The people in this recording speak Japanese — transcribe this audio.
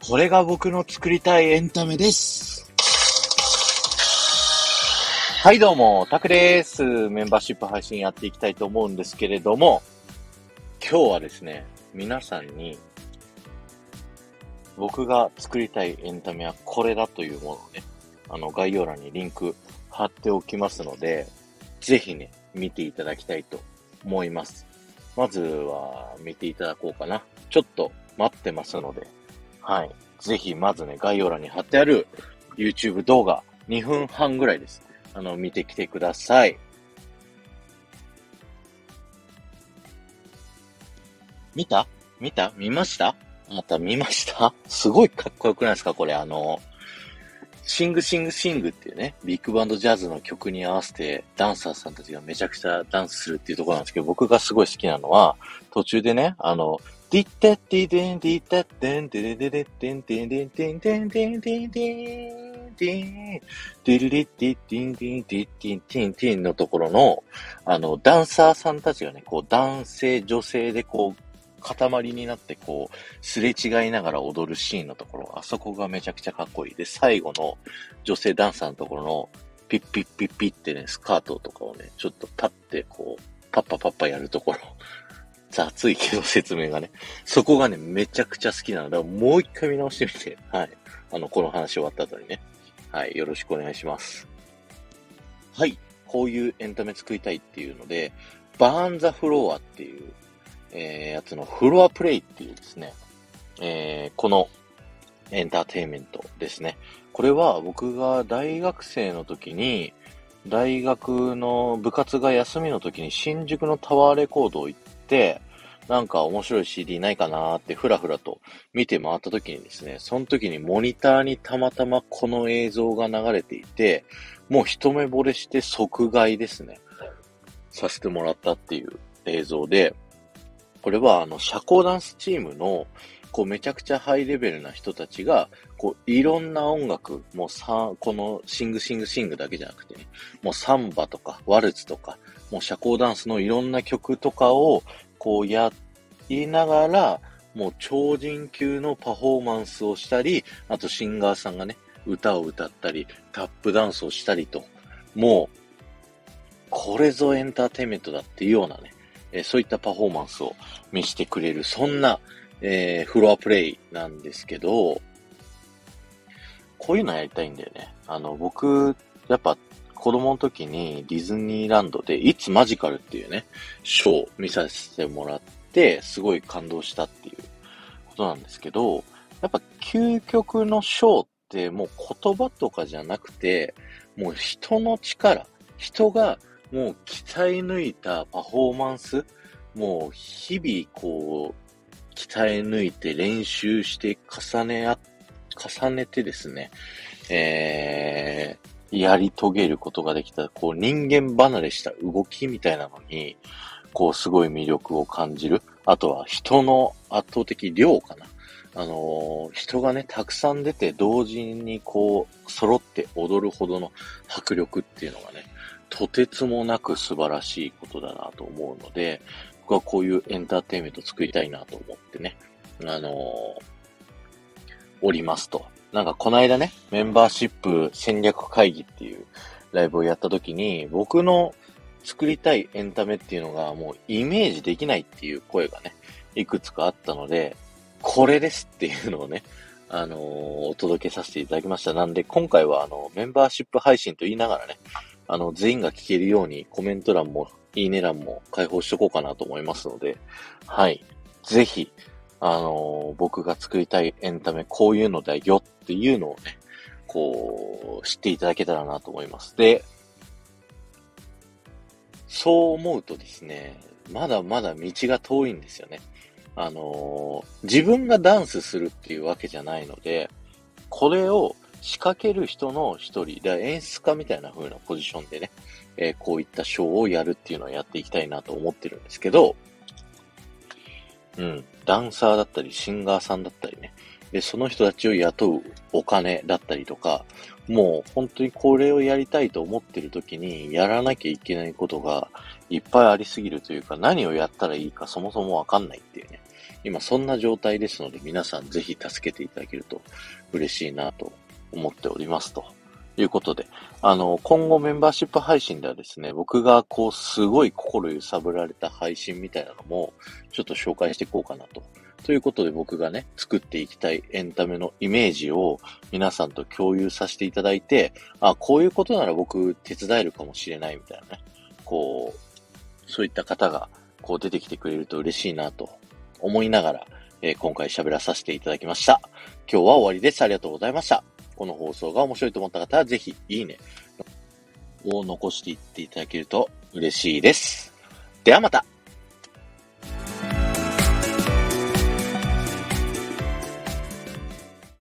これが僕の作りたいエンタメです。はいどうも、タクです。メンバーシップ配信やっていきたいと思うんですけれども、今日はですね、皆さんに僕が作りたいエンタメはこれだというものをね、概要欄にリンク貼っておきますので、ぜひね、見ていただきたいと思います。まずは見ていただこうかな。ちょっと待ってますので、はい。ぜひまずね、概要欄に貼ってある YouTube 動画2分半ぐらいです。見てきてください。見ましたあなた見ましたすごいかっこよくないですかこれシングシングシングっていうね、ビッグバンドジャズの曲に合わせてダンサーさんたちがめちゃくちゃダンスするっていうところなんですけど、僕がすごい好きなのは、途中でね、ディッタッディデンディッタッデンデレデレデンデンデンデンデンデンデンデンデンデルリッディッディンディンディッディンディンディンのところの、ダンサーさんたちがね、こう男性、女性でこう、塊になってこう、すれ違いながら踊るシーンのところ、あそこがめちゃくちゃかっこいい。で、最後の女性ダンサーのところの、ピッピッピッピッってね、スカートとかをね、ちょっとパッてこう、パッパパッパやるところ、雑いけど説明がね、そこがね、めちゃくちゃ好きなので、もう一回見直してみて、はい。この話終わった後にね、はい、よろしくお願いします。はい。こういうエンタメ作りたいっていうので、バーンザフロアっていう、やつのフロアプレイっていうですね、このエンターテインメントですね。これは僕が大学生の時に、大学の部活が休みの時に新宿のタワーレコードを行って、なんか面白い CD ないかなーってふらふらと見て回った時にですね、その時にモニターにたまたまこの映像が流れていて、もう一目惚れして即買いですね。させてもらったっていう映像で、これは社交ダンスチームの、こうめちゃくちゃハイレベルな人たちが、こういろんな音楽、このシングシングシングだけじゃなくてね、もうサンバとかワルツとか、もう社交ダンスのいろんな曲とかを、こうやりながら、もう超人級のパフォーマンスをしたり、あとシンガーさんがね、歌を歌ったり、タップダンスをしたりと、もう、これぞエンターテインメントだっていうようなね、そういったパフォーマンスを見せてくれる、そんな、フロアプレイなんですけど、こういうのやりたいんだよね。僕、やっぱ子供の時にディズニーランドで、いつマジカルっていうね、ショーを見させてもらって、すごい感動したっていうことなんですけど、やっぱ究極のショーってもう言葉とかじゃなくて、もう人の力、人がもう鍛え抜いたパフォーマンス、もう日々こう、鍛え抜いて練習して重ねてですね、やり遂げることができた、こう人間離れした動きみたいなのに、こうすごい魅力を感じる。あとは人の圧倒的量かな。人がね、たくさん出て同時にこう、揃って踊るほどの迫力っていうのがね、とてつもなく素晴らしいことだなと思うので、僕はこういうエンターテインメント作りたいなと思ってね、おりますと。なんかこの間ね、メンバーシップ戦略会議っていうライブをやった時に、僕の作りたいエンタメっていうのがもうイメージできないっていう声がね、いくつかあったので、これですっていうのをね、お届けさせていただきました。なんで今回はメンバーシップ配信と言いながらね、全員が聞けるようにコメント欄もいいね欄も開放しとこうかなと思いますので、はい。ぜひ、僕が作りたいエンタメ、こういうのだよっていうのをね、こう、知っていただけたらなと思います。で、そう思うとですね、まだまだ道が遠いんですよね。自分がダンスするっていうわけじゃないので、これを仕掛ける人の一人、で演出家みたいな風なポジションでね、こういったショーをやるっていうのをやっていきたいなと思ってるんですけど、ダンサーだったり、シンガーさんだったりね。で、その人たちを雇うお金だったりとか、もう本当にこれをやりたいと思ってる時にやらなきゃいけないことがいっぱいありすぎるというか、何をやったらいいかそもそもわかんないっていうね。 今そんな状態ですので、皆さんぜひ助けていただけると嬉しいなと思っておりますということで、今後メンバーシップ配信ではですね、僕がすごい心揺さぶられた配信みたいなのもちょっと紹介していこうかなと。ということで僕がね、作っていきたいエンタメのイメージを皆さんと共有させていただいて、こういうことなら僕手伝えるかもしれないみたいなね、そういった方が出てきてくれると嬉しいなと思いながら、今回喋らさせていただきました。今日は終わりです。ありがとうございました。この放送が面白いと思った方はぜひいいねを残していっていただけると嬉しいです。ではまた。